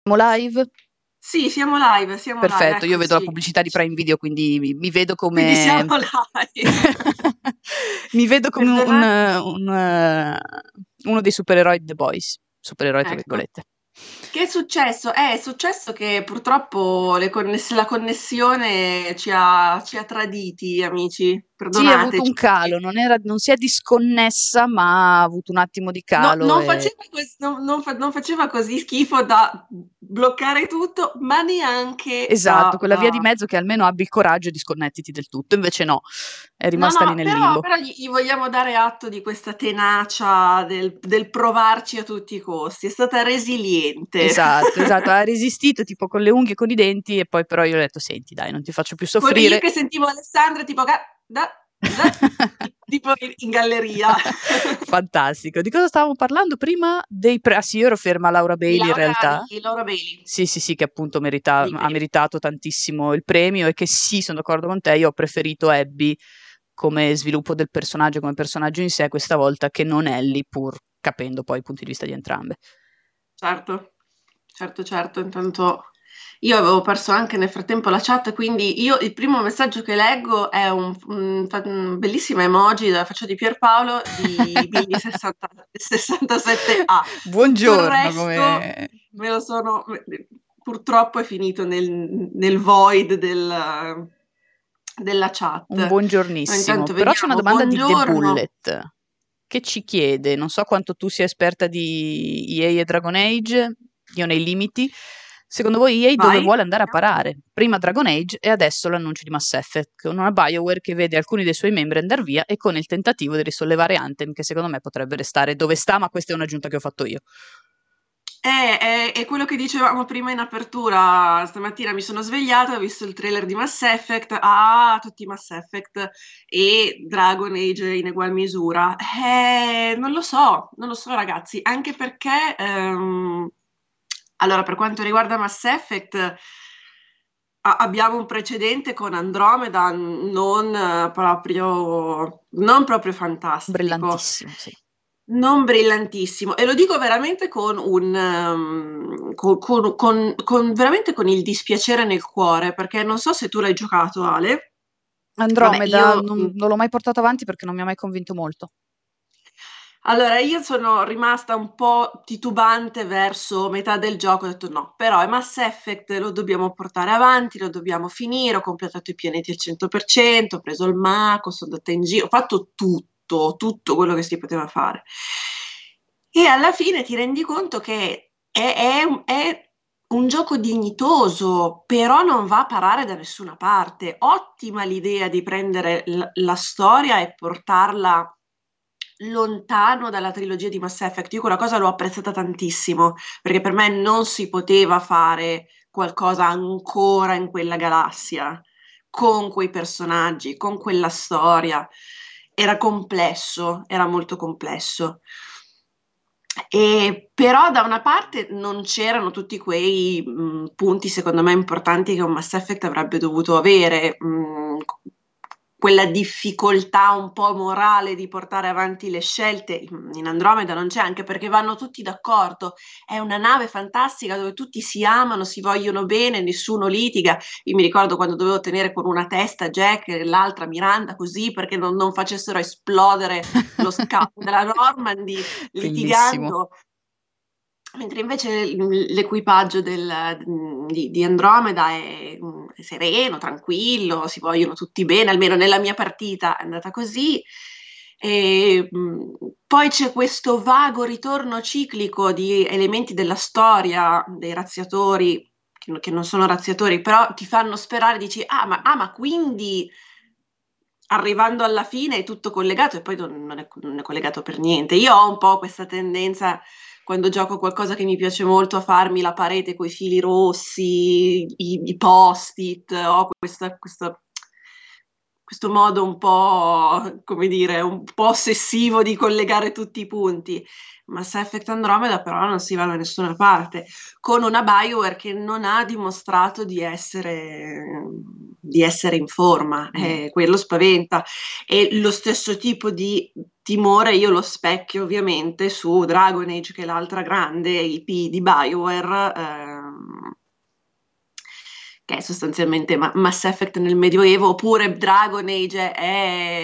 Siamo live? Sì, siamo live, Perfetto, io vedo la eccoci, pubblicità di eccoci. Prime Video, quindi mi vedo Quindi siamo come live. mi vedo come Perdonate. uno dei supereroi di The Boys, supereroi tra Ecco. virgolette. Che è successo? È successo che purtroppo la connessione ci ha traditi, amici. Sì, ha avuto un Perdonateci. calo, non si è disconnessa, ma ha avuto un attimo di calo Non e faceva, non faceva così schifo da bloccare tutto, ma neanche esatto, da, quella via di da- mezzo che almeno abbi il coraggio di sconnetterti del tutto, invece no, è No, rimasta lì no, nel però, limbo. però gli vogliamo dare atto di questa tenacia del provarci a tutti i costi. È stata resiliente. Esatto, esatto, ha resistito tipo con le unghie e con i denti e poi però io ho detto: "Senti dai, non ti faccio più Io soffrire". che sentivo Alessandra tipo tipo in galleria. Fantastico. Di cosa stavamo parlando prima? Ah sì, io ero ferma a Laura Di Bailey in realtà. Laura Bailey, Sì, sì, sì, che appunto di ha premio. meritato tantissimo il premio e che sì, sono d'accordo con te, io ho preferito Abby come sviluppo del personaggio, come personaggio in sé questa volta che non Ellie, pur capendo poi i punti di vista di entrambe. Certo, certo, certo. Intanto io avevo perso anche nel frattempo la chat, quindi io il primo messaggio che leggo è un bellissimo emoji della faccia di Pierpaolo di Mini 67A. Tutto il Buongiorno, resto come me lo sono, purtroppo è finito nel void della un chat. Ma buongiornissimo. intanto Però c'è una vediamo, domanda di The buongiorno. Bullet che ci chiede, non so quanto tu sia esperta di EA e Dragon Age, io nei limiti, secondo voi EA dove Vai. vuole andare a parare? Prima Dragon Age e adesso l'annuncio di Mass Effect, con una BioWare che vede alcuni dei suoi membri andare via e con il tentativo di risollevare Anthem, che secondo me potrebbe restare dove sta, ma questa è un'aggiunta che ho fatto io. È quello che dicevamo prima in apertura. Stamattina mi sono svegliata, ho visto il trailer di Mass Effect. Ah, tutti Mass Effect e Dragon Age in egual misura. Non lo so, ragazzi, anche perché, allora, per quanto riguarda Mass Effect, abbiamo un precedente con Andromeda non proprio fantastico. Brillantissimo, sì. Non brillantissimo, e lo dico veramente veramente con il dispiacere nel cuore, perché non so se tu l'hai giocato, Ale. Vabbè, Andromeda non l'ho mai portato avanti perché non mi ha mai convinto molto. allora io sono rimasta un po' titubante verso metà del gioco, ho detto no, però è Mass Effect, lo dobbiamo portare avanti, lo dobbiamo finire, ho completato i pianeti al 100%, ho preso il Mako, sono andata in giro, ho fatto tutto quello che si poteva fare. E alla fine ti rendi conto che è un gioco dignitoso, però non va a parare da nessuna parte. Ottima l'idea di prendere la storia e portarla lontano dalla trilogia di Mass Effect. Io quella cosa l'ho apprezzata tantissimo, perché per me non si poteva fare qualcosa ancora in quella galassia, con quei personaggi, con quella storia. Era complesso, era molto complesso. E però da una parte non c'erano tutti quei punti secondo me importanti che un Mass Effect avrebbe dovuto avere, quella difficoltà un po' morale di portare avanti le scelte in Andromeda non c'è, anche perché vanno tutti d'accordo, è una nave fantastica dove tutti si amano, si vogliono bene, nessuno litiga. Io mi ricordo quando dovevo tenere con una testa Jack e l'altra Miranda così perché non facessero esplodere lo scafo della Normandy Bellissimo. litigando, mentre invece l'equipaggio di Andromeda è sereno, tranquillo, si vogliono tutti bene, almeno nella mia partita è andata così. E, poi c'è questo vago ritorno ciclico di elementi della storia, dei razziatori, che non sono razziatori, però ti fanno sperare, dici, ma quindi arrivando alla fine è tutto collegato e poi non è collegato per niente. Io ho un po' questa tendenza quando gioco qualcosa che mi piace molto a farmi la parete con i fili rossi, i post-it, ho questo modo un po', come dire, un po' ossessivo di collegare tutti i punti. Mass Effect Andromeda però non si va da nessuna parte, con una BioWare che non ha dimostrato di essere in forma, Mm. quello spaventa. E lo stesso tipo di timore io lo specchio ovviamente su Dragon Age, che è l'altra grande IP di BioWare, che è sostanzialmente Mass Effect nel Medioevo, oppure Dragon Age è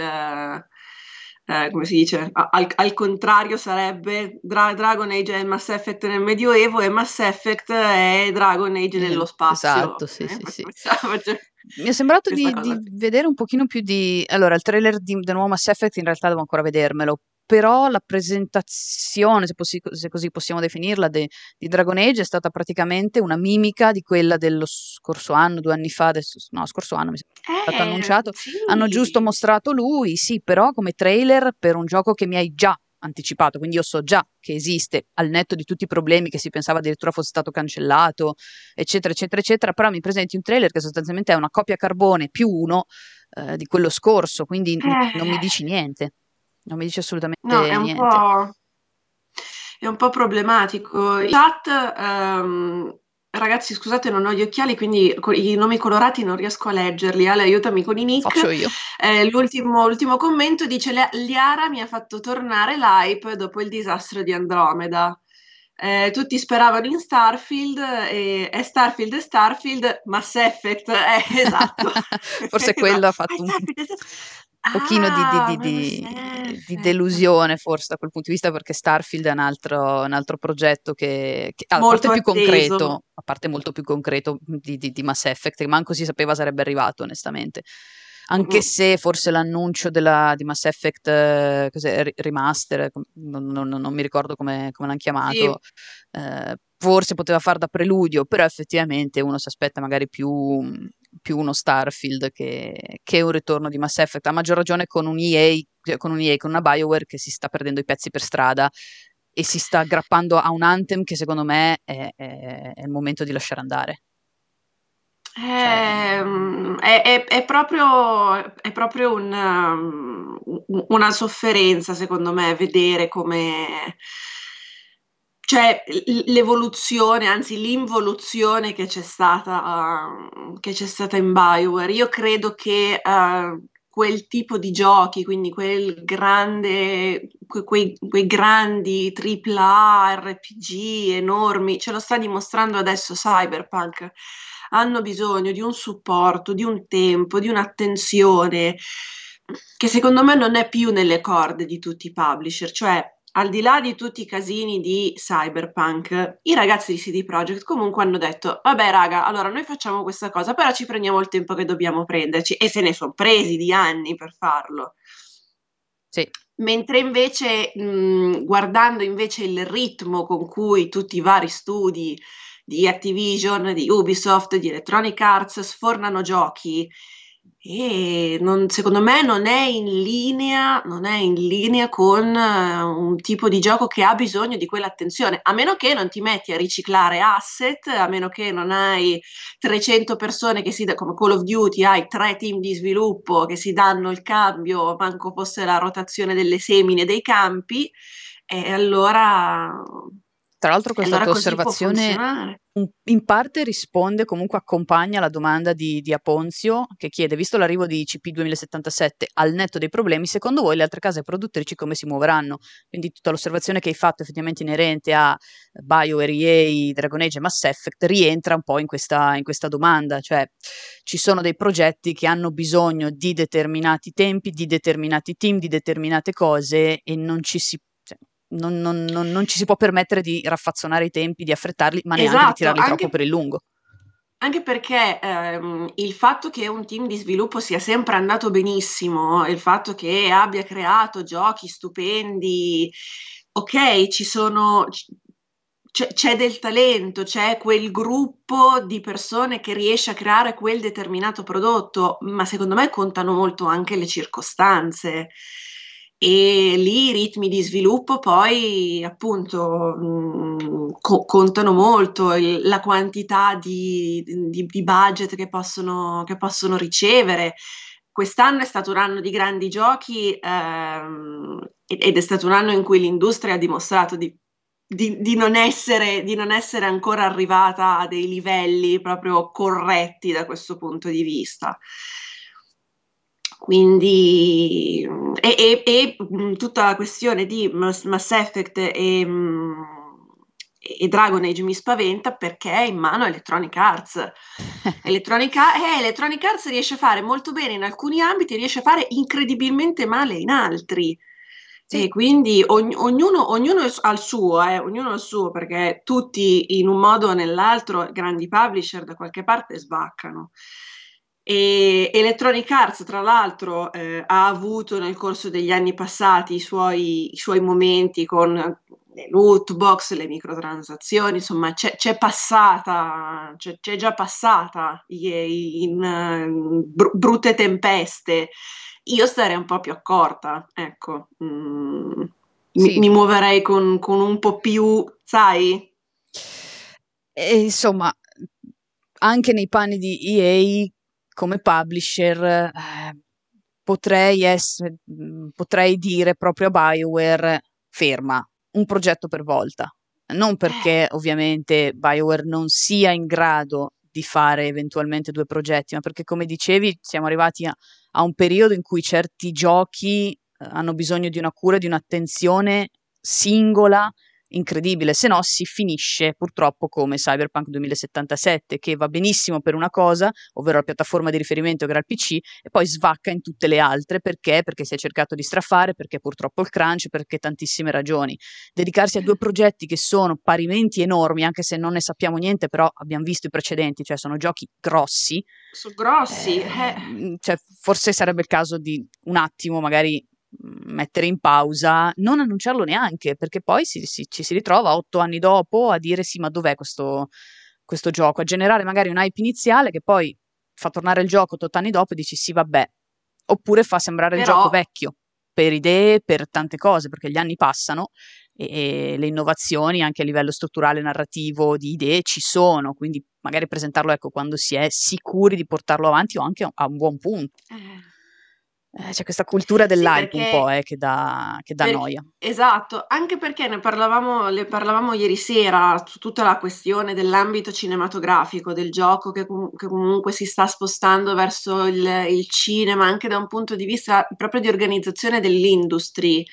come si dice, al contrario sarebbe Dragon Age è Mass Effect nel Medioevo e Mass Effect è Dragon Age nello spazio. Esatto, sì, sì, sì. Facciamo Mi è sembrato questa di cosa qui. vedere un pochino più di... Allora, il trailer del nuovo Mass Effect in realtà devo ancora vedermelo, però la presentazione, se così possiamo definirla, di Dragon Age è stata praticamente una mimica di quella dello scorso anno, 2 anni fa, adesso, no, scorso anno mi sembra è stato annunciato. Hanno giusto Sì. mostrato lui, sì, però come trailer per un gioco che mi hai già anticipato, quindi io so già che esiste, al netto di tutti i problemi che si pensava addirittura fosse stato cancellato, eccetera, eccetera, eccetera, però mi presenti un trailer che sostanzialmente è una copia carbone più uno di quello scorso, quindi non mi Eh, dici niente, non mi dici no, assolutamente niente. è un po' problematico. In chat, ragazzi, scusate, non ho gli occhiali, quindi i nomi colorati non riesco a leggerli. Ale, aiutami con i nick. Faccio io. L'ultimo commento dice: Liara mi ha fatto tornare l'hype dopo il disastro di Andromeda. Tutti speravano in Starfield, e è Starfield, Mass Effect, esatto. Forse quello Esatto. ha È fatto un Starfield, è Starfield. pochino Ah, Mass di Effect. delusione forse da quel punto di vista, perché Starfield è un altro progetto a parte Molto più atteso. concreto, a parte molto più concreto di Mass Effect, che manco si sapeva sarebbe arrivato onestamente. Anche Mm-mm. se forse l'annuncio di Mass Effect cos'è, Remaster, non mi ricordo come l'hanno Sì. chiamato, forse poteva far da preludio, però effettivamente uno si aspetta magari più uno Starfield che un ritorno di Mass Effect, a maggior ragione con un EA, con una BioWare che si sta perdendo i pezzi per strada e si sta aggrappando a un Anthem che secondo me è il momento di lasciare andare. Cioè, È proprio una sofferenza, secondo me, vedere come, cioè, l'evoluzione, anzi l'involuzione che c'è stata in BioWare. Io credo che quel tipo di giochi, quindi quei grandi AAA RPG enormi, ce lo sta dimostrando adesso Cyberpunk, hanno bisogno di un supporto, di un tempo, di un'attenzione che secondo me non è più nelle corde di tutti i publisher, cioè al di là di tutti i casini di Cyberpunk, i ragazzi di CD Projekt comunque hanno detto: vabbè, raga, allora noi facciamo questa cosa, però ci prendiamo il tempo che dobbiamo prenderci, e se ne sono presi di anni per farlo. sì. Mentre invece, guardando invece il ritmo con cui tutti i vari studi di Activision, di Ubisoft, di Electronic Arts sfornano giochi, e secondo me non è in linea con un tipo di gioco che ha bisogno di quell'attenzione, a meno che non ti metti a riciclare asset, a meno che non hai 300 persone come Call of Duty, hai 3 team di sviluppo che si danno il cambio, manco fosse la rotazione delle semine dei campi, e allora, Tra l'altro e questa allora tua così può osservazione funzionare. in parte risponde, comunque accompagna la domanda di Aponzio, che chiede, visto l'arrivo di CP 2077 al netto dei problemi, secondo voi le altre case produttrici come si muoveranno? Quindi tutta l'osservazione che hai fatto effettivamente inerente a BioWare, EA, Dragon Age e Mass Effect rientra un po' in questa domanda, cioè ci sono dei progetti che hanno bisogno di determinati tempi, di determinati team, di determinate cose e cioè, non ci si può permettere di raffazzonare i tempi, di affrettarli, ma neanche di Esatto, tirarli troppo anche, per il lungo. anche perché il fatto che un team di sviluppo sia sempre andato benissimo, il fatto che abbia creato giochi stupendi, ok, c'è del talento, c'è quel gruppo di persone che riesce a creare quel determinato prodotto, ma secondo me contano molto anche le circostanze. E lì i ritmi di sviluppo poi appunto contano molto, la quantità di budget che possono ricevere. Quest'anno è stato un anno di grandi giochi, ed è stato un anno in cui l'industria ha dimostrato di non essere ancora arrivata a dei livelli proprio corretti da questo punto di vista. Quindi, tutta la questione di Mass Effect e Dragon Age mi spaventa perché è in mano a Electronic Arts. Electronic Arts riesce a fare molto bene in alcuni ambiti, riesce a fare incredibilmente male in altri. Sì, E quindi ognuno ha il suo, perché tutti in un modo o nell'altro, grandi publisher da qualche parte sbaccano. E Electronic Arts, tra l'altro, ha avuto nel corso degli anni passati i suoi momenti con le loot box, le microtransazioni, insomma, c'è già passata in brutte tempeste. Io starei un po' più accorta, ecco. sì. Mi muoverei con un po' più, sai? E insomma, anche nei panni di EA come publisher, potrei dire proprio a BioWare: ferma, un progetto per volta. Non perché ovviamente BioWare non sia in grado di fare eventualmente 2 progetti, ma perché, come dicevi, siamo arrivati a un periodo in cui certi giochi, hanno bisogno di una cura e di un'attenzione singola incredibile, se no si finisce purtroppo come Cyberpunk 2077, che va benissimo per una cosa, ovvero la piattaforma di riferimento che era il PC, e poi svacca in tutte le altre. Perché? Perché si è cercato di strafare, perché purtroppo il crunch, perché tantissime ragioni. Dedicarsi a 2 progetti che sono parimenti enormi, anche se non ne sappiamo niente, però abbiamo visto i precedenti, cioè sono giochi grossi, Sono grossi. cioè forse sarebbe il caso di un attimo magari mettere in pausa, non annunciarlo neanche, perché poi ci si ritrova 8 anni dopo a dire: sì, ma dov'è questo gioco? A generare magari un hype iniziale che poi fa tornare il gioco 8 anni dopo e dici: sì, vabbè. Oppure fa sembrare il Però, gioco vecchio, per idee, per tante cose, perché gli anni passano e le innovazioni anche a livello strutturale, narrativo, di idee ci sono, quindi magari presentarlo, ecco, quando si è sicuri di portarlo avanti o anche a un buon punto. eh, C'è questa cultura sì, dell'hype un po', che dà noia. esatto, anche perché ne parlavamo ieri sera su tutta la questione dell'ambito cinematografico del gioco che comunque si sta spostando verso il cinema, anche da un punto di vista proprio di organizzazione dell'industry.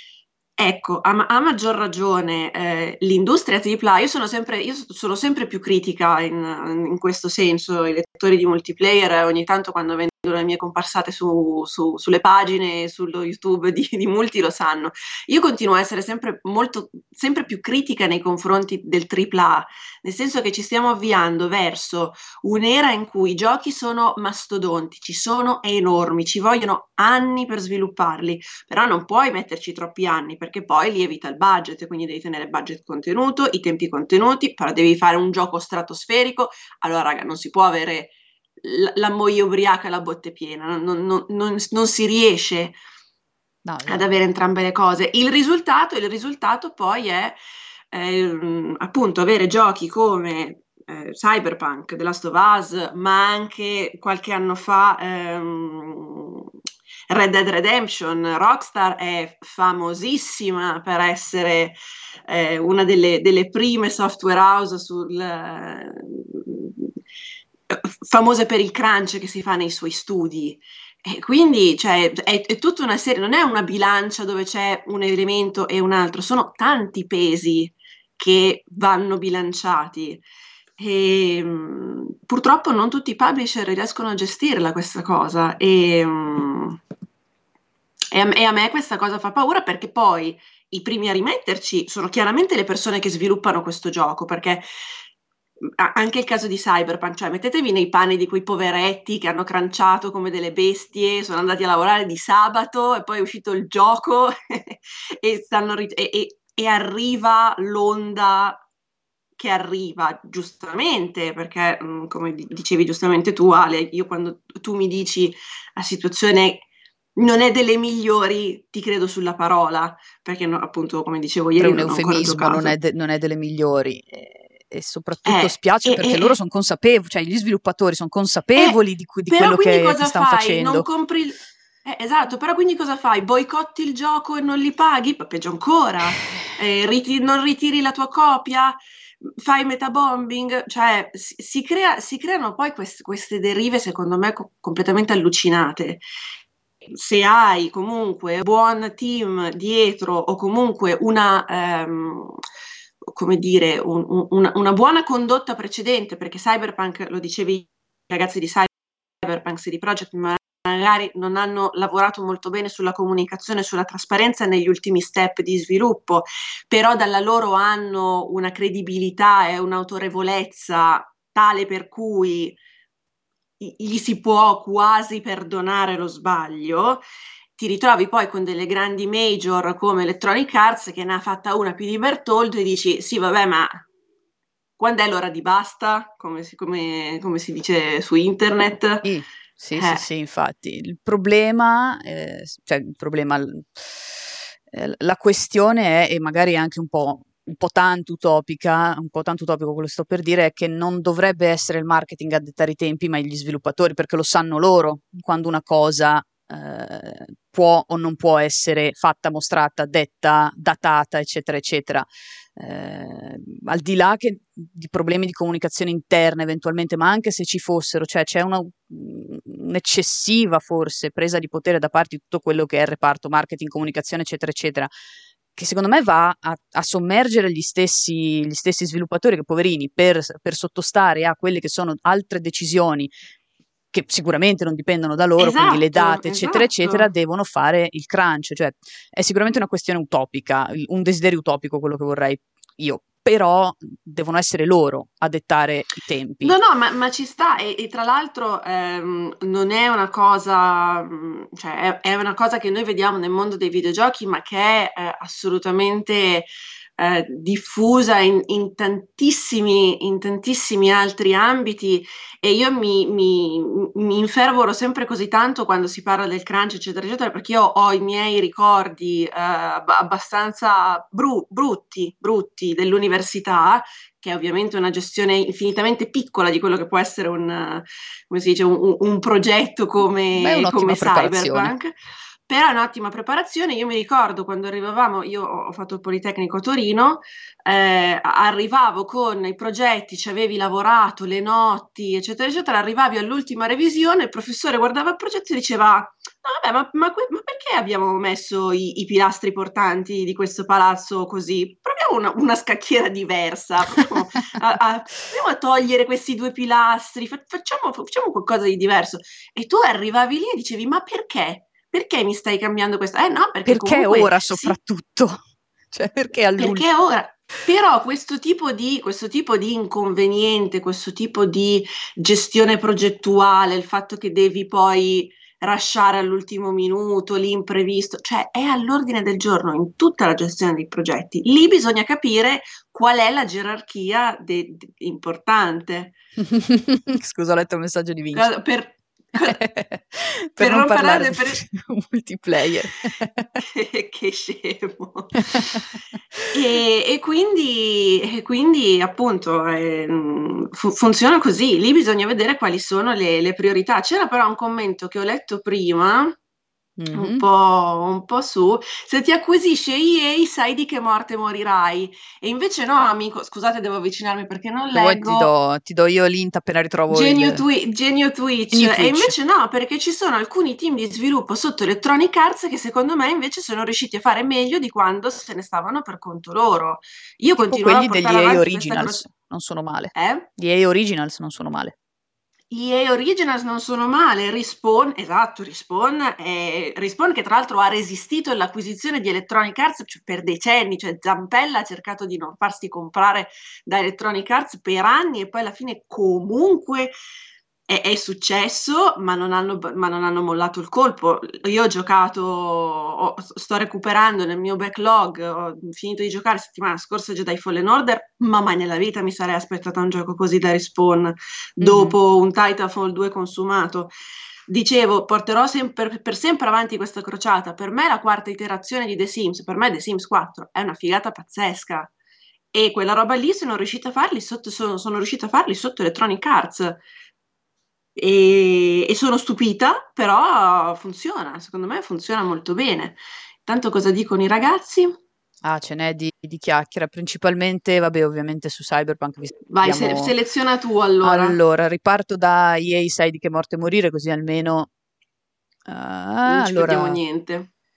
Ecco, a maggior ragione, l'industria AAA, io sono sempre più critica in questo senso. I lettori di multiplayer ogni tanto, quando vedono le mie comparsate sulle pagine, sullo YouTube di Multi, lo sanno. Io continuo a essere sempre più critica nei confronti del AAA, nel senso che ci stiamo avviando verso un'era in cui i giochi sono mastodontici, sono enormi, ci vogliono anni per svilupparli, però non puoi metterci troppi anni perché poi lievita il budget, quindi devi tenere il budget contenuto, i tempi contenuti, però devi fare un gioco stratosferico. Allora, raga, non si può avere la moglie ubriaca e la botte piena, non si riesce No, ad esatto. avere entrambe le cose. Il risultato poi è appunto avere giochi come Cyberpunk, The Last of Us, ma anche qualche anno fa Red Dead Redemption. Rockstar è famosissima per essere una delle prime software house famose per il crunch che si fa nei suoi studi. E quindi, cioè, è tutta una serie, non è una bilancia dove c'è un elemento e un altro, sono tanti pesi che vanno bilanciati. E, purtroppo non tutti i publisher riescono a gestirla questa cosa e a me questa cosa fa paura perché poi i primi a rimetterci sono chiaramente le persone che sviluppano questo gioco, perché anche il caso di Cyberpunk, cioè mettetevi nei panni di quei poveretti che hanno cranciato come delle bestie, sono andati a lavorare di sabato e poi è uscito il gioco e arriva l'onda che arriva giustamente, perché come dicevi giustamente tu, Ale, io quando tu mi dici la situazione non è delle migliori, ti credo sulla parola, perché appunto, come dicevo Sempre ieri, un non ho ancora eufemismo, giocato. non è delle migliori, e soprattutto spiace E, perché loro sono consapevoli, cioè gli sviluppatori sono consapevoli di però quello quindi che cosa stanno fai? Non facendo. compri esatto, però quindi cosa fai? Boicotti il gioco e non li paghi? Peggio ancora. Non ritiri la tua copia? Fai metabombing? Cioè, si creano poi queste derive, secondo me, completamente allucinate. Se hai comunque un buon team dietro o comunque come dire, una buona condotta precedente, perché Cyberpunk, lo dicevi, i ragazzi di Cyberpunk CD Projekt magari non hanno lavorato molto bene sulla comunicazione, sulla trasparenza negli ultimi step di sviluppo, però dalla loro hanno una credibilità e un'autorevolezza tale per cui gli si può quasi perdonare lo sbaglio. Ti ritrovi poi con delle grandi major come Electronic Arts che ne ha fatta una più di Bertoldo e dici sì vabbè, ma quando è l'ora di basta, come si dice su internet? Sì, infatti. Il problema, la questione è, e magari anche un po' tanto utopica, un po' tanto utopico quello che sto per dire, è che non dovrebbe essere il marketing a dettare i tempi, ma gli sviluppatori, perché lo sanno loro quando una cosa può o non può essere fatta, mostrata, detta, datata, eccetera, eccetera. Al di là di problemi di comunicazione interna eventualmente, ma anche se ci fossero, cioè c'è un'eccessiva forse presa di potere da parte di tutto quello che è il reparto marketing, comunicazione, eccetera, eccetera, che secondo me va a sommergere gli stessi sviluppatori che poverini per sottostare a quelle che sono altre decisioni che sicuramente non dipendono da loro, quindi le Esatto, date, eccetera, eccetera, esatto. devono fare il crunch, cioè è sicuramente una questione utopica, un desiderio utopico quello che vorrei io, però devono essere loro a dettare i tempi. No, ma ci sta e tra l'altro non è una cosa, cioè è una cosa che noi vediamo nel mondo dei videogiochi, ma che è assolutamente diffusa in tantissimi altri ambiti e io mi infervoro sempre così tanto quando si parla del crunch, eccetera, eccetera, perché io ho i miei ricordi abbastanza brutti dell'università che è ovviamente una gestione infinitamente piccola di quello che può essere come si dice, un progetto Beh, è come un'ottima preparazione. Cyberpunk. Però è un'ottima preparazione. Io mi ricordo quando arrivavamo, io ho fatto il Politecnico a Torino, arrivavo con i progetti, ci avevi lavorato le notti, eccetera, eccetera. Arrivavi all'ultima revisione, il professore guardava il progetto e diceva: "No, vabbè, ma perché abbiamo messo i pilastri portanti di questo palazzo così? Proviamo una scacchiera diversa, proviamo a togliere questi due pilastri, facciamo qualcosa di diverso." E tu arrivavi lì e dicevi: "Ma perché? Perché mi stai cambiando questo?" No, perché Perché comunque ora sì, soprattutto? Cioè, perché perché all'ultimo? ora. Però questo tipo di inconveniente, questo tipo di gestione progettuale, il fatto che devi poi rasciare all'ultimo minuto, l'imprevisto, cioè è all'ordine del giorno in tutta la gestione dei progetti. Lì bisogna capire qual è la gerarchia importante. Scusa, ho letto il messaggio di Vinci. Co- Per, co- Per per non non parlare parlare del multiplayer. che scemo. E quindi appunto funziona così, lì bisogna vedere quali sono le priorità. C'era però un commento che ho letto prima, Mhm. un po' se ti acquisisce EA sai di che morte morirai. E invece no, amico, scusate, devo avvicinarmi perché non Se vuoi leggo. ti do io l'int appena ritrovo il Genio Twitch, New e Twitch. invece no, perché ci sono alcuni team di sviluppo sotto Electronic Arts che secondo me invece sono riusciti a fare meglio di quando se ne stavano per conto loro. Io Tipo continuerò a quelli degli portare EA avanti questa Originals, crociata. non sono male. Eh? Gli EA Originals non sono male. Gli EA Originals non sono male, Respawn, esatto, Respawn che tra l'altro ha resistito all'acquisizione di Electronic Arts per decenni, cioè Zampella ha cercato di non farsi comprare da Electronic Arts per anni e poi alla fine comunque è successo, ma non hanno mollato il colpo. Io ho giocato, sto recuperando nel mio backlog, ho finito di giocare settimana scorsa Jedi Fallen Order, ma mai nella vita mi sarei aspettata un gioco così da Respawn Mhm. dopo un Titanfall 2 consumato. Dicevo, porterò per sempre avanti questa crociata. Per me la quarta iterazione di The Sims, per me The Sims 4 è una figata pazzesca. E quella roba lì sono riuscita a farli sotto Electronic Arts. E sono stupita, però funziona, secondo me funziona molto bene. Tanto cosa dicono i ragazzi? Ah, ce n'è di chiacchiera, principalmente, vabbè, ovviamente su Cyberpunk Vai, vediamo. seleziona tu allora. Allora, riparto da EA, sai di che morte morire, così almeno. Non ci perdiamo Allora, niente.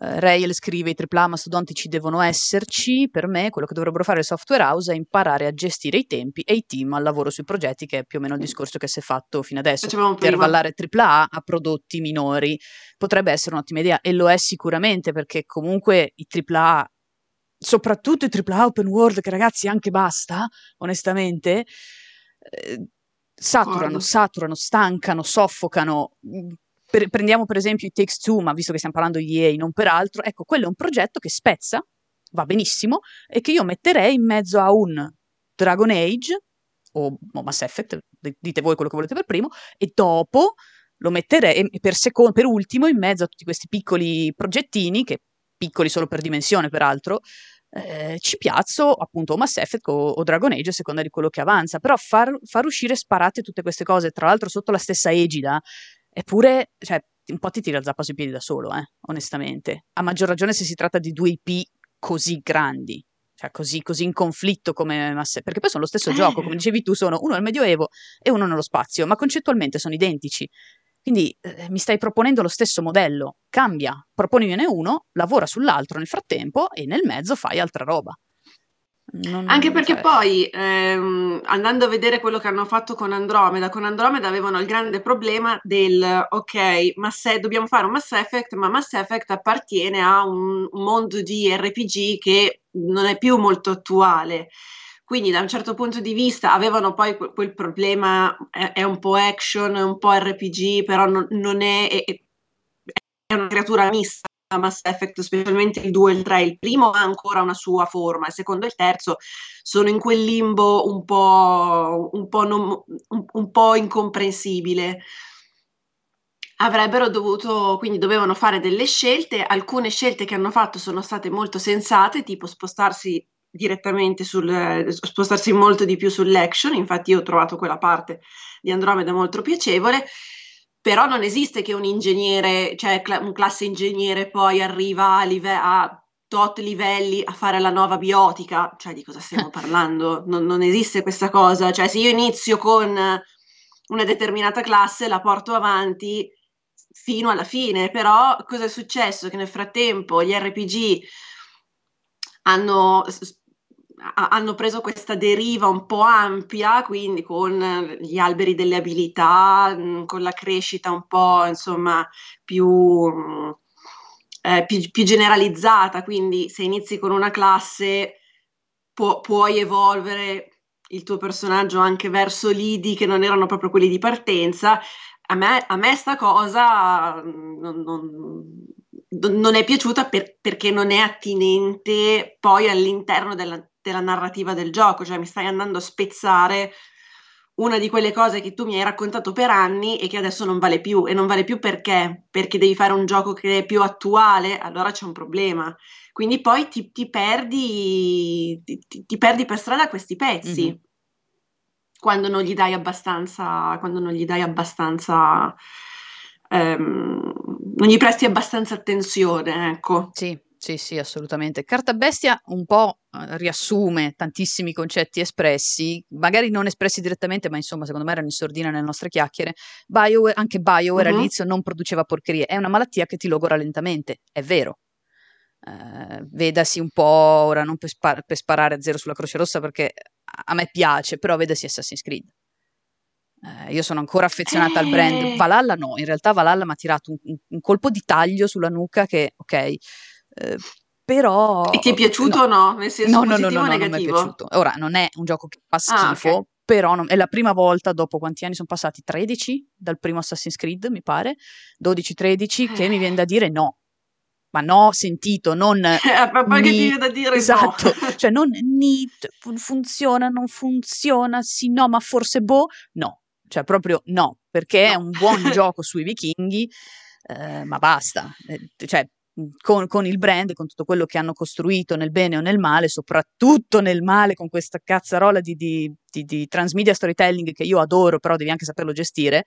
Rail scrive: i AAA mastodontici devono esserci. Per me quello che dovrebbero fare le software house è imparare a gestire i tempi e i team al lavoro sui progetti, che è più o meno il discorso che si è fatto fino adesso. Facevamo prima. Intervallare AAA a prodotti minori potrebbe essere un'ottima idea, e lo è sicuramente, perché comunque i AAA, soprattutto i AAA open world, che ragazzi anche basta, onestamente, saturano, stancano, soffocano. Prendiamo per esempio i Takes Two, ma visto che stiamo parlando di EA, non per altro, ecco, quello è un progetto che spezza, va benissimo, e che io metterei in mezzo a un Dragon Age o Mass Effect, dite voi quello che volete per primo, e dopo lo metterei per ultimo in mezzo a tutti questi piccoli progettini, che piccoli solo per dimensione peraltro, ci piazzo appunto Mass Effect o Dragon Age a seconda di quello che avanza, però far uscire sparate tutte queste cose, tra l'altro sotto la stessa egida, eppure, cioè, un po' ti tira la zappa sui piedi da solo, onestamente. A maggior ragione se si tratta di due IP così grandi, cioè così in conflitto come Mass Effect, perché poi sono lo stesso gioco, come dicevi tu, sono uno nel Medioevo e uno nello spazio, ma concettualmente sono identici. Quindi mi stai proponendo lo stesso modello, cambia, proponimene uno, lavora sull'altro nel frattempo e nel mezzo fai altra roba. Anche perché Cioè, poi, andando a vedere quello che hanno fatto con Andromeda avevano il grande problema del, ok, dobbiamo fare un Mass Effect, ma Mass Effect appartiene a un mondo di RPG che non è più molto attuale. Quindi da un certo punto di vista avevano poi quel problema, è un po' action, è un po' RPG, però non è una creatura mista. Mass Effect, specialmente il 2 e il 3, il primo ha ancora una sua forma, il secondo e il terzo sono in quel limbo un po' incomprensibile. Quindi dovevano fare delle scelte, alcune scelte che hanno fatto sono state molto sensate, tipo spostarsi spostarsi molto di più sull'action, infatti io ho trovato quella parte di Andromeda molto piacevole, però non esiste che un ingegnere, cioè un classe ingegnere poi arriva a tot livelli a fare la nova biotica, cioè di cosa stiamo parlando? Non esiste questa cosa, cioè se io inizio con una determinata classe la porto avanti fino alla fine, però cosa è successo? Che nel frattempo gli RPG hanno preso questa deriva un po' ampia, quindi con gli alberi delle abilità, con la crescita un po', insomma, più generalizzata, quindi se inizi con una classe puoi evolvere il tuo personaggio anche verso lidi che non erano proprio quelli di partenza. A me sta cosa non è piaciuta perché non è attinente poi all'interno della narrativa del gioco, cioè mi stai andando a spezzare una di quelle cose che tu mi hai raccontato per anni e che adesso non vale più. E non vale più perché devi fare un gioco che è più attuale, allora c'è un problema. Quindi poi ti perdi per strada questi pezzi. mm-hmm. Quando non gli dai abbastanza, non gli presti abbastanza attenzione, ecco. Sì, assolutamente. Carta Bestia un po' riassume tantissimi concetti espressi, magari non espressi direttamente, ma insomma, secondo me erano in sordina nelle nostre chiacchiere. Anche BioWare all'inizio non produceva porcherie, è una malattia che ti logora lentamente, è vero. Vedasi un po', ora non per sparare a zero sulla Croce Rossa perché a me piace, però vedasi Assassin's Creed. Io sono ancora affezionata al brand. Valhalla no, in realtà Valhalla mi ha tirato un colpo di taglio sulla nuca che, ok, però... E ti è piaciuto o no? Nel senso positivo o no, non mi è negativo? piaciuto. Ora, non è un gioco che fa schifo, okay. però è la prima volta, dopo quanti anni sono passati? 13 dal primo Assassin's Creed, mi pare, 12-13, che mi viene da dire no. Ma no, sentito, non Poi che ti viene da dire esatto, no. cioè non funziona, non funziona, sì, no, ma forse boh, no, cioè proprio no, perché è No. un buon gioco sui vichinghi, ma basta, cioè con il brand, con tutto quello che hanno costruito nel bene o nel male, soprattutto nel male, con questa cazzarola di transmedia storytelling che io adoro, però devi anche saperlo gestire,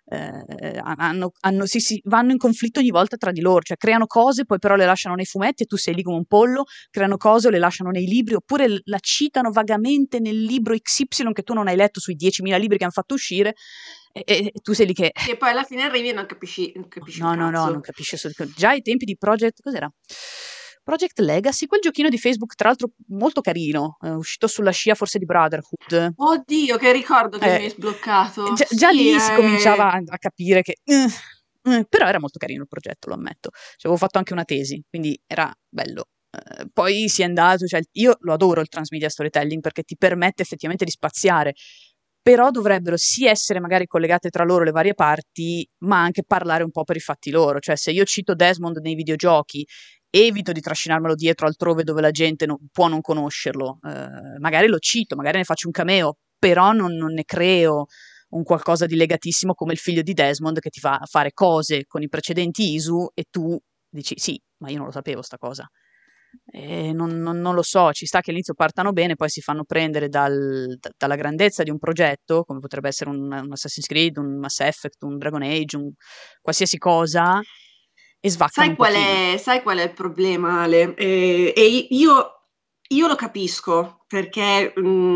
vanno in conflitto ogni volta tra di loro, cioè creano cose, poi però le lasciano nei fumetti e tu sei lì come un pollo, creano cose o le lasciano nei libri, oppure la citano vagamente nel libro XY che tu non hai letto sui 10.000 libri che hanno fatto uscire, E tu sei lì che E poi alla fine arrivi e non capisci un no, no, no, non cazzo. capisce già ai tempi di Project cos'era? Project Legacy, quel giochino di Facebook tra l'altro molto carino, uscito sulla scia forse di Brotherhood. Oddio, che ricordo che mi hai Eh, sbloccato. già Sì, lì si cominciava a capire che però era molto carino il progetto, lo ammetto. Ci avevo fatto anche una tesi, quindi era bello. Poi si è andato, cioè io lo adoro il transmedia storytelling perché ti permette effettivamente di spaziare, però dovrebbero sì essere magari collegate tra loro le varie parti, ma anche parlare un po' per i fatti loro. Cioè se io cito Desmond nei videogiochi, evito di trascinarmelo dietro altrove dove la gente può non conoscerlo. Magari lo cito, magari ne faccio un cameo, però non ne creo un qualcosa di legatissimo come il figlio di Desmond che ti fa fare cose con i precedenti Isu e tu dici sì, ma io non lo sapevo sta cosa. Non lo so, ci sta che all'inizio partano bene, poi si fanno prendere dalla grandezza di un progetto, come potrebbe essere un Assassin's Creed, un Mass Effect, un Dragon Age, un qualsiasi cosa, e svaccano un pochino. sai qual è il problema, Ale? Io lo capisco perché,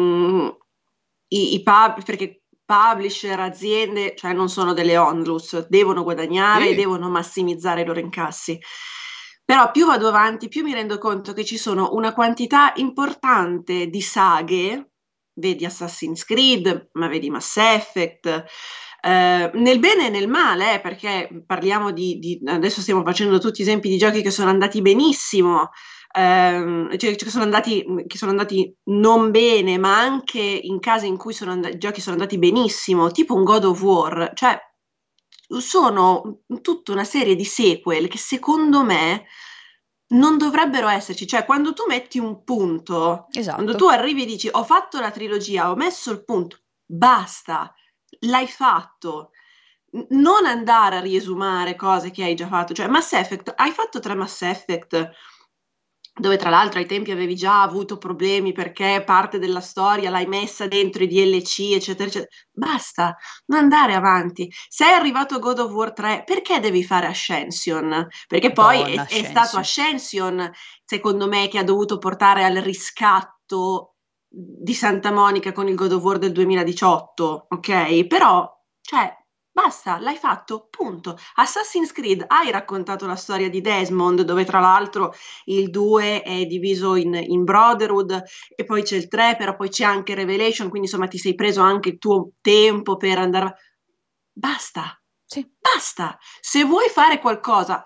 perché publisher, aziende, cioè non sono delle onlus, devono guadagnare e Sì. devono massimizzare i loro incassi. Però più vado avanti, più mi rendo conto che ci sono una quantità importante di saghe, vedi Assassin's Creed, ma vedi Mass Effect, nel bene e nel male, perché parliamo adesso stiamo facendo tutti esempi di giochi che sono andati benissimo, cioè che sono andati non bene, ma anche in casi in cui i giochi sono andati benissimo, tipo un God of War, cioè sono tutta una serie di sequel che secondo me non dovrebbero esserci, cioè quando tu metti un punto, quando Esatto. tu arrivi e dici ho fatto la trilogia, ho messo il punto, basta, l'hai fatto. Non andare a riesumare cose che hai già fatto, cioè Mass Effect, hai fatto 3 Mass Effect, dove tra l'altro ai tempi avevi già avuto problemi perché parte della storia l'hai messa dentro i DLC, eccetera, eccetera. Basta, non andare avanti. Sei arrivato a God of War 3, perché devi fare Ascension? Perché poi Madonna, è stato Ascension. Ascension, secondo me, che ha dovuto portare al riscatto di Santa Monica con il God of War del 2018, ok? Però, cioè, basta, l'hai fatto, punto. Assassin's Creed, hai raccontato la storia di Desmond, dove tra l'altro il 2 è diviso in Brotherhood e poi c'è il 3, però poi c'è anche Revelation, quindi insomma ti sei preso anche il tuo tempo per andare. Basta, Sì. basta. Se vuoi fare qualcosa,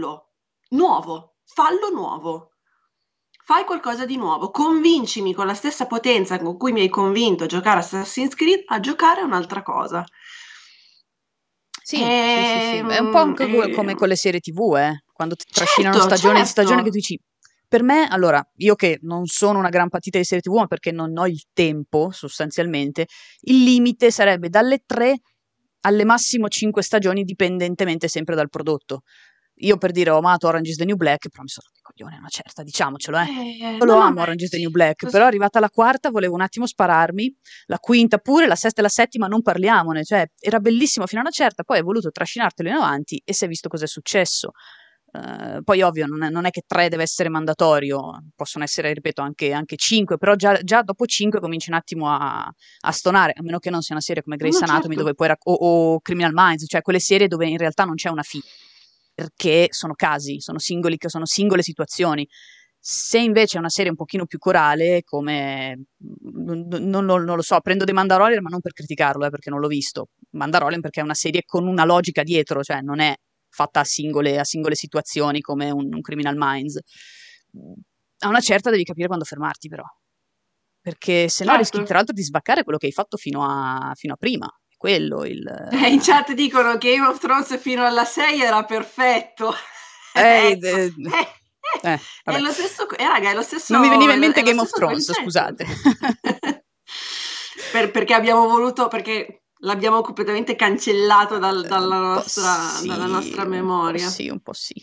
fallo nuovo. Fai qualcosa di nuovo, convincimi con la stessa potenza con cui mi hai convinto a giocare Assassin's Creed a giocare un'altra cosa. Sì, sì, sì, sì. È un po' anche come con le serie TV, quando ti trascinano certo, stagione di stagione che tu certo. dici. Per me, allora, io che non sono una gran patita di serie TV, ma perché non ho il tempo, sostanzialmente, il limite sarebbe dalle 3 alle massimo 5 stagioni, dipendentemente sempre dal prodotto. Io per dire ho amato Orange is the New Black, però mi sono rotto i coglioni a una certa, diciamocelo, eh. Io No, lo no, amo ma Orange is the New Black, però arrivata alla quarta volevo un attimo spararmi, la quinta pure, la sesta e la settima non parliamone, cioè era bellissimo fino a una certa, poi hai voluto trascinartelo in avanti e si è visto cosa è successo. Poi ovvio non è che 3 deve essere mandatorio, possono essere, ripeto, anche 5, però già dopo 5 cominci un attimo a stonare, a meno che non sia una serie come Grey's no, Anatomy certo. dove poi o Criminal Minds, cioè quelle serie dove in realtà non c'è una fine, perché sono casi, sono singole situazioni. Se invece è una serie un pochino più corale, come non lo so, prendo The Mandalorian, ma non per criticarlo, perché non l'ho visto. Mandalorian perché è una serie con una logica dietro, cioè non è fatta a singole situazioni come un Criminal Minds. A una certa devi capire quando fermarti, però. Perché se no rischi Certo. tra l'altro di sbaccare quello che hai fatto fino a prima. È quello il. In chat dicono che Game of Thrones fino alla 6 era perfetto. Eh, Ecco, eh, è vabbè. lo stesso, raga, Non mi veniva in mente è lo Game of stesso Thrones, concetto. scusate. Perché abbiamo voluto, perché l'abbiamo completamente cancellato dalla nostra Un po' memoria. sì, un po' sì.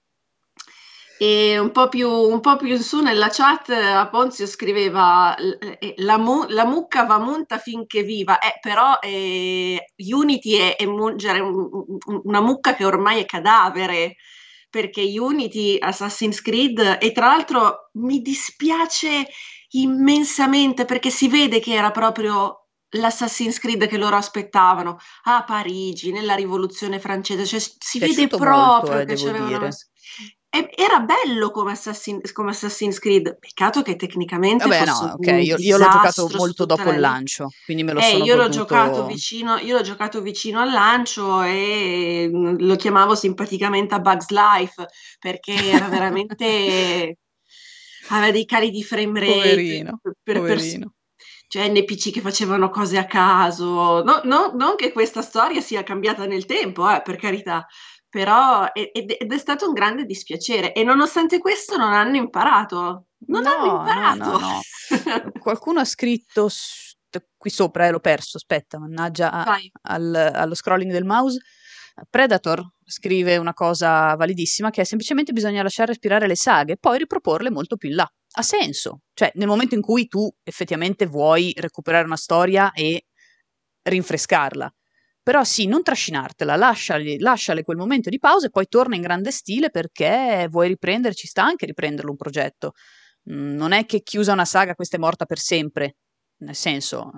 E un po' più in su nella chat a Ponzio scriveva la mucca va munta finché viva, però Unity è mungere una mucca che ormai è cadavere, perché Unity, Assassin's Creed, e tra l'altro mi dispiace immensamente perché si vede che era proprio l'Assassin's Creed che loro aspettavano a Parigi, nella Rivoluzione francese, cioè si vede Piaciuto molto, proprio che ci devo avevano dire. messo. Era bello come Assassin's Creed, peccato che tecnicamente Vabbè, fosse no, ok, un io l'ho giocato disastro su molto tutta dopo la il linea. lancio, quindi me lo sono goduto. Io l'ho giocato vicino al lancio e lo chiamavo simpaticamente a Bugs Life perché era veramente aveva dei cali di frame rate Poverino, per poverino. cioè NPC che facevano cose a caso. Non che questa storia sia cambiata nel tempo, per carità, però ed è stato un grande dispiacere e nonostante questo non hanno imparato. Non hanno No, no, no, imparato. no. Qualcuno ha scritto qui sopra, l'ho perso, aspetta, mannaggia Vai. allo scrolling del mouse. Predator scrive una cosa validissima che è semplicemente bisogna lasciare respirare le saghe, poi riproporle molto più in là. Ha senso, cioè nel momento in cui tu effettivamente vuoi recuperare una storia e rinfrescarla. Però sì, non trascinartela, lasciale quel momento di pausa e poi torna in grande stile perché vuoi riprendere, ci sta anche riprenderlo un progetto. Non è che chiusa una saga questa è morta per sempre, nel senso,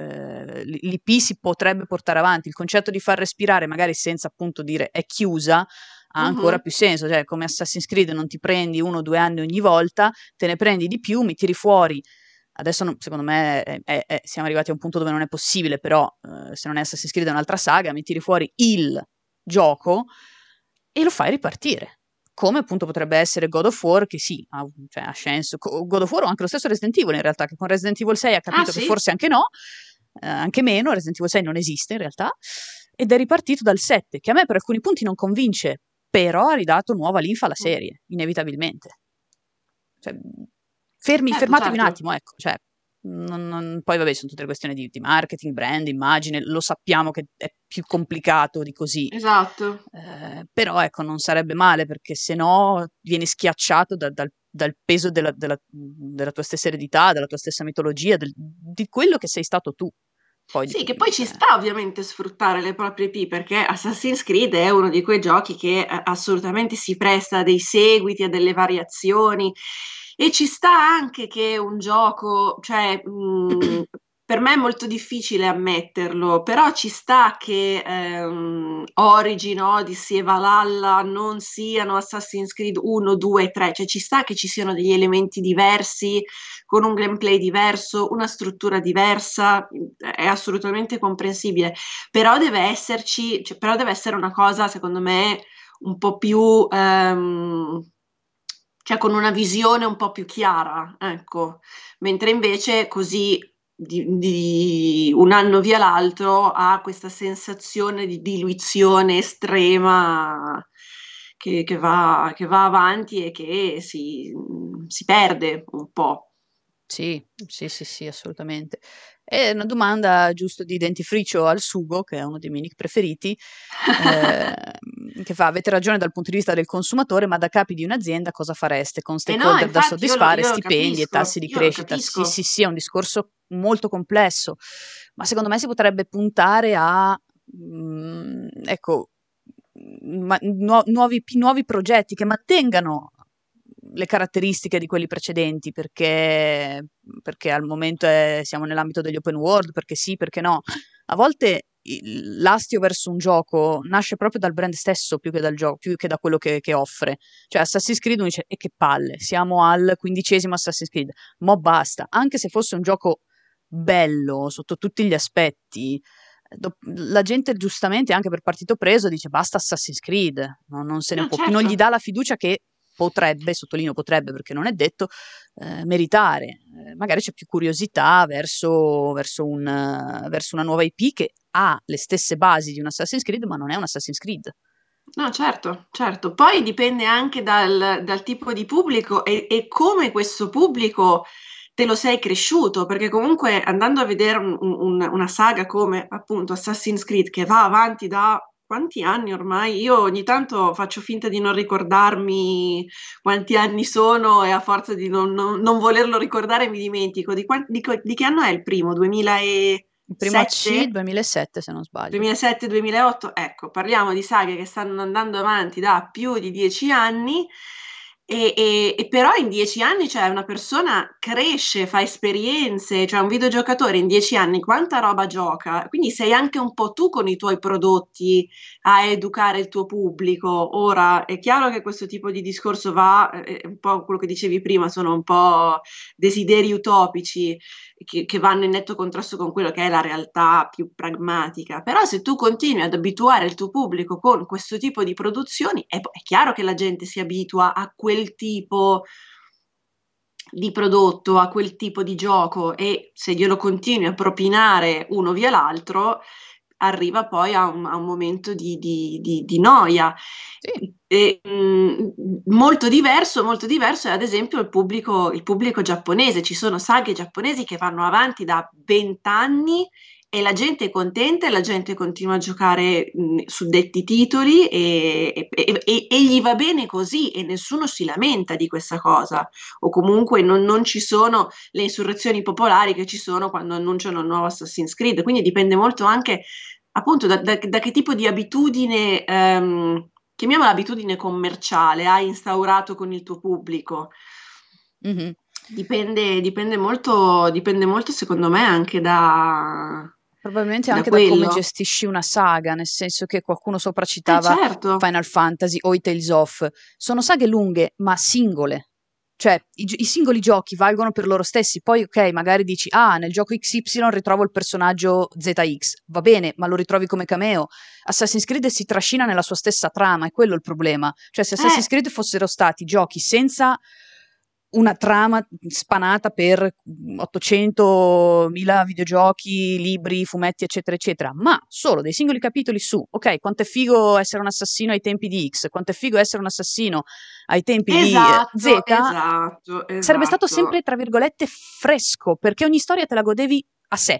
l'IP si potrebbe portare avanti, il concetto di far respirare magari senza appunto dire è chiusa ha ancora Mhm. più senso, cioè come Assassin's Creed non ti prendi 1 o 2 anni ogni volta, te ne prendi di più, mi tiri fuori. Adesso secondo me siamo arrivati a un punto dove non è possibile, però se non è Assassin's Creed è un'altra saga, mi tiri fuori il gioco e lo fai ripartire. Come appunto potrebbe essere God of War, che sì, cioè, ha senso. God of War o anche lo stesso Resident Evil in realtà, che con Resident Evil 6 ha Ah capito che sì? forse anche no, anche meno, Resident Evil 6 non esiste in realtà, ed è ripartito dal 7, che a me per alcuni punti non convince, però ha ridato nuova linfa alla Mm. serie, inevitabilmente. Cioè, Certo, fermatevi un certo. attimo, ecco, cioè, poi vabbè, sono tutte le questioni di marketing, brand, immagine, lo sappiamo che è più complicato di così. Esatto. Però ecco, non sarebbe male perché se no vieni schiacciato dal peso della tua stessa eredità, della tua stessa mitologia, di quello che sei stato tu. Poi, Sì, che poi ci cioè, sta ovviamente sfruttare le proprie IP perché Assassin's Creed è uno di quei giochi che assolutamente si presta a dei seguiti, a delle variazioni e ci sta anche che un gioco, cioè per me è molto difficile ammetterlo, però ci sta che Origin, Odyssey e Valhalla non siano Assassin's Creed 1, 2 e 3, cioè ci sta che ci siano degli elementi diversi con un gameplay diverso, una struttura diversa, è assolutamente comprensibile, però deve esserci, cioè, però deve essere una cosa, secondo me, un po' più, cioè con una visione un po' più chiara, ecco, mentre invece così di un anno via l'altro ha questa sensazione di diluizione estrema che va avanti e che si perde un po'. sì, sì, sì, sì, assolutamente. E una domanda giusto di dentifricio al sugo, che è uno dei miei nick preferiti, che fa, avete ragione dal punto di vista del consumatore, ma da capi di un'azienda cosa fareste? Con E no, stakeholder da infatti soddisfare, io lo stipendi e tassi capisco, di io lo crescita? Sì, sì, capisco. sì, è un discorso molto complesso, ma secondo me si potrebbe puntare a, ecco, nuovi progetti che mantengano le caratteristiche di quelli precedenti, perché al momento siamo nell'ambito degli open world, perché sì, perché no. A volte l'astio verso un gioco nasce proprio dal brand stesso più che dal gioco, più che da quello che offre. Cioè Assassin's Creed uno dice, e che palle, siamo al 15° Assassin's Creed, mo basta, anche se fosse un gioco bello sotto tutti gli aspetti, la gente giustamente anche per partito preso dice basta Assassin's Creed, non se ne No, può più, non certo. gli dà la fiducia che potrebbe, sottolineo potrebbe perché non è detto, meritare. Magari c'è più curiosità verso una nuova IP che ha le stesse basi di un Assassin's Creed ma non è un Assassin's Creed. No, certo, certo. Poi dipende anche dal tipo di pubblico e come questo pubblico te lo sei cresciuto, perché comunque andando a vedere una saga come appunto Assassin's Creed che va avanti da quanti anni ormai? Io ogni tanto faccio finta di non ricordarmi quanti anni sono e a forza di non volerlo ricordare mi dimentico. Di che anno è il primo? Il primo AC 2007? 2007 se non sbaglio. 2007-2008, ecco, parliamo di saghe che stanno andando avanti da più di 10 anni E però in 10 anni, cioè, una persona cresce, fa esperienze, cioè un videogiocatore in 10 anni quanta roba gioca? Quindi sei anche un po' tu con i tuoi prodotti a educare il tuo pubblico. Ora, è chiaro che questo tipo di discorso va, un po' quello che dicevi prima, sono un po' desideri utopici che vanno in netto contrasto con quello che è la realtà più pragmatica. Però se tu continui ad abituare il tuo pubblico con questo tipo di produzioni, è chiaro che la gente si abitua a quel tipo di prodotto, a quel tipo di gioco, e se glielo continui a propinare uno via l'altro, arriva poi a un momento di noia. Sì. E, molto diverso è ad esempio il pubblico giapponese. Ci sono saghe giapponesi che vanno avanti da 20 anni e la gente è contenta e la gente continua a giocare su detti titoli e gli va bene così e nessuno si lamenta di questa cosa. O comunque non ci sono le insurrezioni popolari che ci sono quando annunciano il nuovo Assassin's Creed. Quindi dipende molto anche appunto da che tipo di abitudine, chiamiamola abitudine commerciale, hai instaurato con il tuo pubblico. Mhm. Dipende molto secondo me anche Probabilmente da anche da come quello. gestisci una saga, nel senso che qualcuno sopra citava Certo. Final Fantasy o i Tales of. Sono saghe lunghe, ma singole. Cioè, i singoli giochi valgono per loro stessi. Poi, ok, magari dici, ah, nel gioco XY ritrovo il personaggio ZX. Va bene, ma lo ritrovi come cameo. Assassin's Creed si trascina nella sua stessa trama, è quello il problema. Cioè, se Assassin's Creed fossero stati giochi senza una trama spanata per 800.000 videogiochi, libri, fumetti, eccetera, eccetera, ma solo dei singoli capitoli su, ok, quanto è figo essere un assassino ai tempi di X, quanto è figo essere un assassino ai tempi di Z, Esatto, esatto, sarebbe stato sempre, esatto. tra virgolette, fresco, perché ogni storia te la godevi a sé.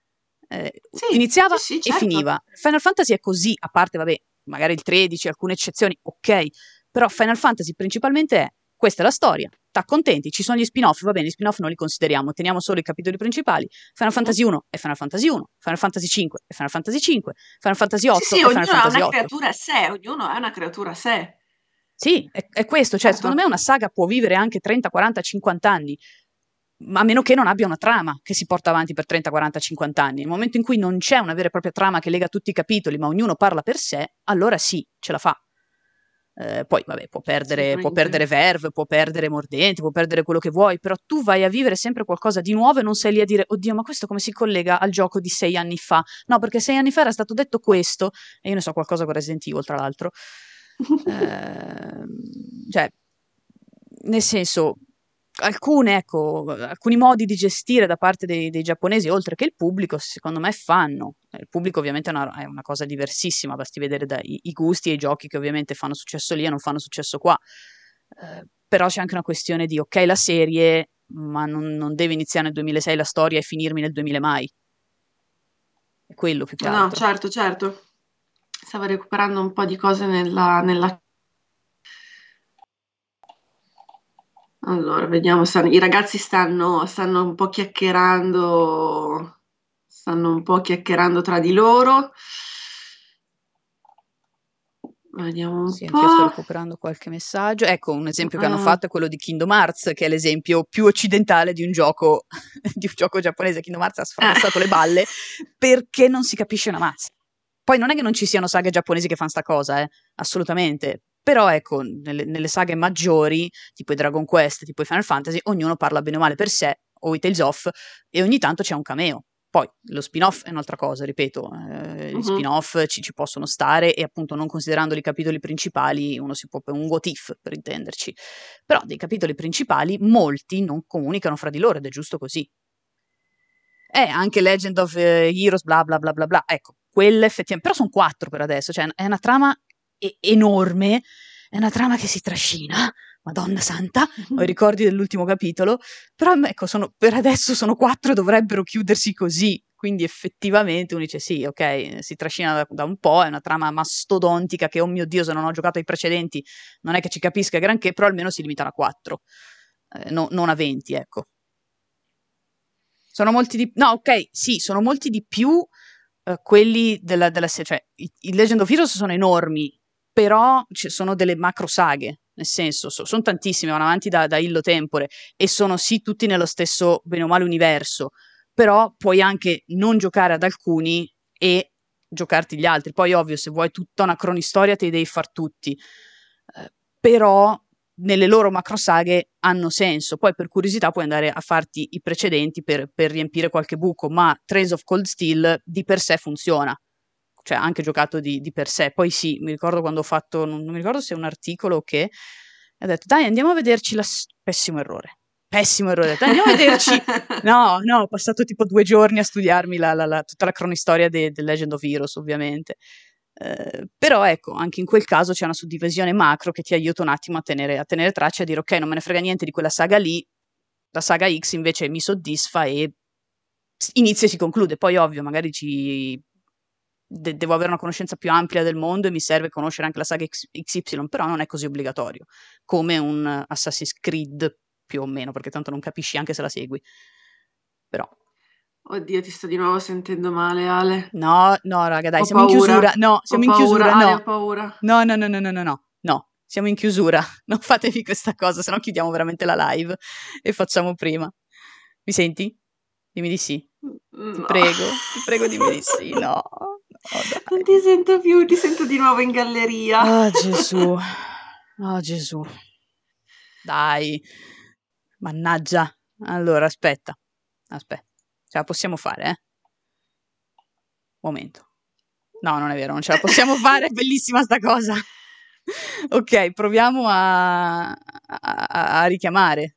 Sì, sì, Iniziava sì, e certo. finiva. Final Fantasy è così, a parte, vabbè, magari il 13, alcune eccezioni, ok, però Final Fantasy principalmente è questa è la storia, t'accontenti, ci sono gli spin-off, va bene, gli spin-off non li consideriamo, teniamo solo i capitoli principali. Final Mhm. Fantasy 1 è Final Fantasy 1, Final Fantasy 5 è Final Fantasy 5, Final Fantasy Sì, 8 sì, è Final ognuno è Fantasy una 8. creatura a sé, ognuno è una creatura a sé. Sì, è questo, cioè secondo me Certo. una saga può vivere anche 30, 40, 50 anni, ma a meno che non abbia una trama che si porta avanti per 30, 40, 50 anni. Nel momento in cui non c'è una vera e propria trama che lega tutti i capitoli, ma ognuno parla per sé, allora sì, ce la fa. Poi, vabbè, può perdere Assolutamente. verve, può perdere mordenti, può perdere quello che vuoi, però tu vai a vivere sempre qualcosa di nuovo e non sei lì a dire, oddio, ma questo come si collega al gioco di 6 anni fa? No, perché 6 anni fa era stato detto questo, e io ne so qualcosa con Resident Evil, tra l'altro. Cioè, nel senso, ecco, alcuni modi di gestire da parte dei giapponesi, oltre che il pubblico, secondo me fanno. Il pubblico ovviamente è una cosa diversissima, basti vedere dai i gusti e i giochi che ovviamente fanno successo lì e non fanno successo qua. Però c'è anche una questione di, ok, la serie, ma non deve iniziare nel 2006 la storia e finirmi nel 2000 mai. È quello più che No, altro. certo, certo. Stavo recuperando un po' di cose nella. Allora, vediamo, i ragazzi stanno un po' chiacchierando tra di loro. Vediamo un Sì, anch'io sto po'. recuperando qualche messaggio. Ecco, un esempio che hanno Eh, fatto è quello di Kingdom Hearts, che è l'esempio più occidentale di un gioco, di un gioco giapponese. Kingdom Hearts ha eh. sfracassato le balle perché non si capisce una mazza. Poi non è che non ci siano saghe giapponesi che fanno sta cosa, assolutamente. Però ecco, nelle saghe maggiori, tipo i Dragon Quest, tipo i Final Fantasy, ognuno parla bene o male per sé, o i Tales of, e ogni tanto c'è un cameo. Poi lo spin-off è un'altra cosa, ripeto, gli Mhm. spin-off ci possono stare e appunto non considerando i capitoli principali uno si può un what if per intenderci, però dei capitoli principali molti non comunicano fra di loro ed è giusto così. Anche Legend of Heroes, bla bla bla bla bla, ecco, quelle effettivamente, però sono 4 per adesso, cioè è una trama enorme, è una trama che si trascina, Madonna santa, ho i ricordi dell'ultimo capitolo, però ecco, per adesso sono 4 e dovrebbero chiudersi così, quindi effettivamente uno dice sì, ok, si trascina da un po', è una trama mastodontica che, oh mio Dio, se non ho giocato ai precedenti non è che ci capisca granché, però almeno si limita a 4, non a 20, ecco. Sono molti di no, ok, sì, sono molti di più quelli della serie, cioè i Legend of Heroes sono enormi, però ci sono delle macro saghe, nel senso, sono tantissime, vanno avanti da illo tempore e sono sì tutti nello stesso, bene o male, universo, però puoi anche non giocare ad alcuni e giocarti gli altri. Poi ovvio, se vuoi tutta una cronistoria te li devi far tutti, però nelle loro macrosaghe hanno senso. Poi per curiosità puoi andare a farti i precedenti per riempire qualche buco, ma Trails of Cold Steel di per sé funziona, cioè anche giocato di per sé. Poi sì, mi ricordo quando ho fatto, non mi ricordo se è un articolo o che, ho detto dai andiamo a vederci pessimo errore, ho detto andiamo a vederci, no, ho passato tipo 2 giorni a studiarmi tutta la cronistoria del Legend of Heroes, ovviamente. Però ecco, anche in quel caso c'è una suddivisione macro che ti aiuta un attimo a tenere traccia e a dire ok, non me ne frega niente di quella saga lì, la saga X invece mi soddisfa e inizia e si conclude. Poi ovvio, magari devo avere una conoscenza più ampia del mondo e mi serve conoscere anche la saga XY, però non è così obbligatorio, come un Assassin's Creed più o meno, perché tanto non capisci anche se la segui. Però Oddio, ti sto di nuovo sentendo male, Ale. no, raga, dai, Ho siamo in paura. chiusura. No, siamo Ho in paura, chiusura, Ale, no. ho paura. No, siamo in chiusura. Non fatevi questa cosa, se no chiudiamo veramente la live e facciamo prima. Mi senti? Dimmi di sì. No. Ti prego dimmi di sì. No, dai. Non ti sento più, ti sento di nuovo in galleria. Oh Gesù, oh Gesù. Dai, mannaggia. Allora, aspetta. Ce la possiamo fare, eh? Momento. No, non è vero, non ce la possiamo fare, è bellissima sta cosa. Ok, proviamo a richiamare.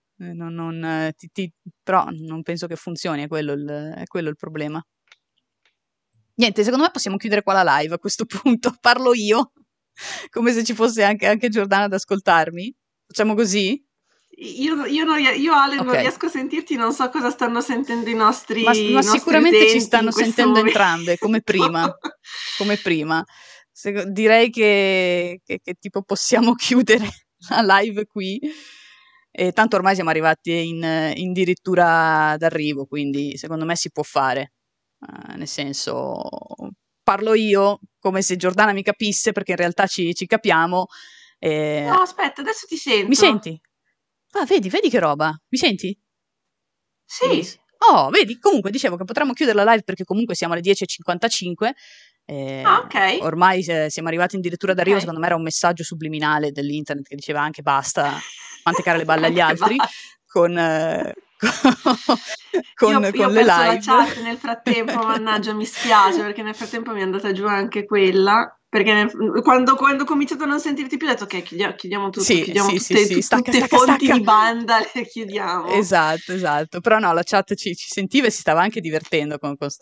Però non penso che funzioni, è quello il problema. Niente, secondo me possiamo chiudere qua la live a questo punto. Parlo io, come se ci fosse anche Giordana ad ascoltarmi. Facciamo così? Io Ale non Ok. riesco a sentirti, non so cosa stanno sentendo i Ma nostri sicuramente ci utenti stanno in questo sentendo momento. entrambe, come prima. Come prima. Direi che tipo possiamo chiudere la live qui. E tanto ormai siamo arrivati in dirittura d'arrivo, quindi secondo me si può fare. Nel senso, parlo io come se Giordana mi capisse, perché in realtà ci capiamo. No, aspetta, adesso ti Mi sento. senti? Ah, vedi che roba? Mi senti? Sì. Oh, vedi, comunque dicevo che potremmo chiudere la live perché comunque siamo alle 10:55. Ah, ok. Ormai siamo arrivati addirittura d'arrivo, Ok. secondo me era un messaggio subliminale dell'internet che diceva anche basta mantecare le balle agli Anche altri basta. con, Io con ho le perso la live. chat nel frattempo, mannaggia, mi spiace perché nel frattempo mi è andata giù anche quella. Perché quando ho cominciato a non sentirti più ho detto ok, chiudiamo tutto, Sì, chiudiamo sì, stacca, tutte stacca, fonti stacca. di banda, le chiudiamo. Esatto. Però no, la chat ci sentiva e si stava anche divertendo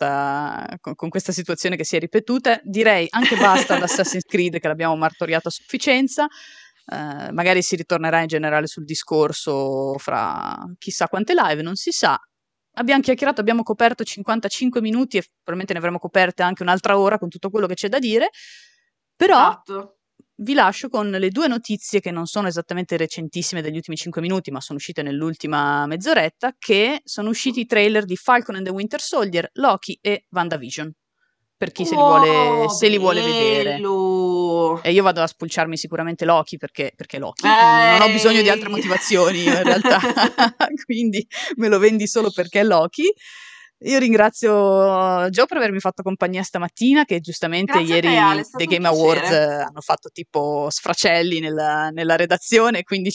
con questa situazione che si è ripetuta. Direi anche basta ad Assassin's Creed, che l'abbiamo martoriato a sufficienza. Magari si ritornerà in generale sul discorso fra chissà quante live, non si sa. Abbiamo chiacchierato, abbiamo coperto 55 minuti e probabilmente ne avremo coperte anche un'altra ora con tutto quello che c'è da dire. Però Esatto. vi lascio con le 2 notizie che non sono esattamente recentissime degli ultimi 5 minuti, ma sono uscite nell'ultima mezz'oretta, che sono usciti i trailer di Falcon and the Winter Soldier, Loki e WandaVision, per chi Oh, se li vuole vedere. bello! E io vado a spulciarmi sicuramente Loki perché Loki, non ho bisogno di altre Ehi! motivazioni io in realtà, quindi me lo vendi solo perché è Loki. Io ringrazio Gio per avermi fatto compagnia stamattina, che giustamente Grazie a te, Ale, è ieri The stato un Game Awards piacere. hanno fatto tipo sfracelli nella redazione, quindi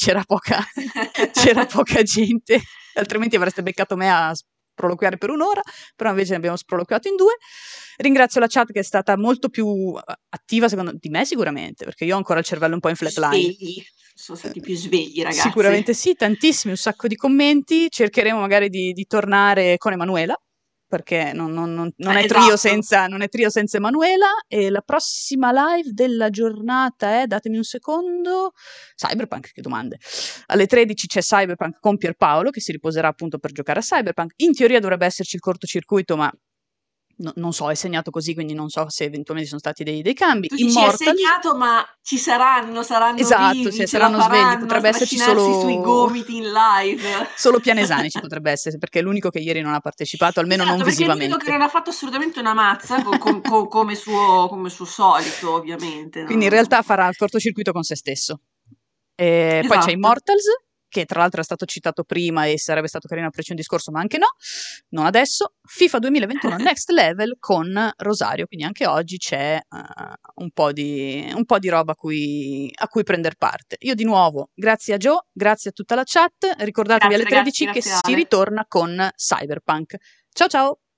c'era poca gente, altrimenti avreste beccato me a sproloquiare per un'ora, però invece ne abbiamo sproloquiato in 2. Ringrazio la chat che è stata molto più attiva di me sicuramente, perché io ho ancora il cervello un po' in flatline. Svegli, sono stati più svegli, Sicuramente ragazze. sì, tantissimi, un sacco di commenti. Cercheremo magari di tornare con Emanuela, perché Esatto. non è trio senza Emanuela. E la prossima live della giornata è, datemi un secondo, Cyberpunk, che domande. Alle 13 c'è Cyberpunk con Pierpaolo, che si riposerà appunto per giocare a Cyberpunk. In teoria dovrebbe esserci il cortocircuito, ma non so, è segnato così, quindi non so se eventualmente sono stati dei cambi. Tu dici è Immortals, segnato, ma ci saranno esatto, vivi, se ce la saranno svegli, faranno a potrebbe esserci trascinarsi sui solo gomiti in live. solo Pianesani ci potrebbe essere, perché è l'unico che ieri non ha partecipato, almeno non Esatto, perché è l'unico che visivamente. non ha fatto assolutamente una mazza, come suo solito, ovviamente. Quindi in realtà farà il cortocircuito con se stesso. Poi c'è Esatto. Immortals, che tra l'altro è stato citato prima e sarebbe stato carino aprirci un discorso, ma anche no, non adesso. FIFA 2021 Next Level con Rosario, quindi anche oggi c'è un po' di roba a cui prendere parte. Io di nuovo, grazie a Joe, grazie a tutta la chat, ricordatevi alle Grazie ragazzi, 13 che grazie si Ale. ritorna con Cyberpunk. Ciao ciao!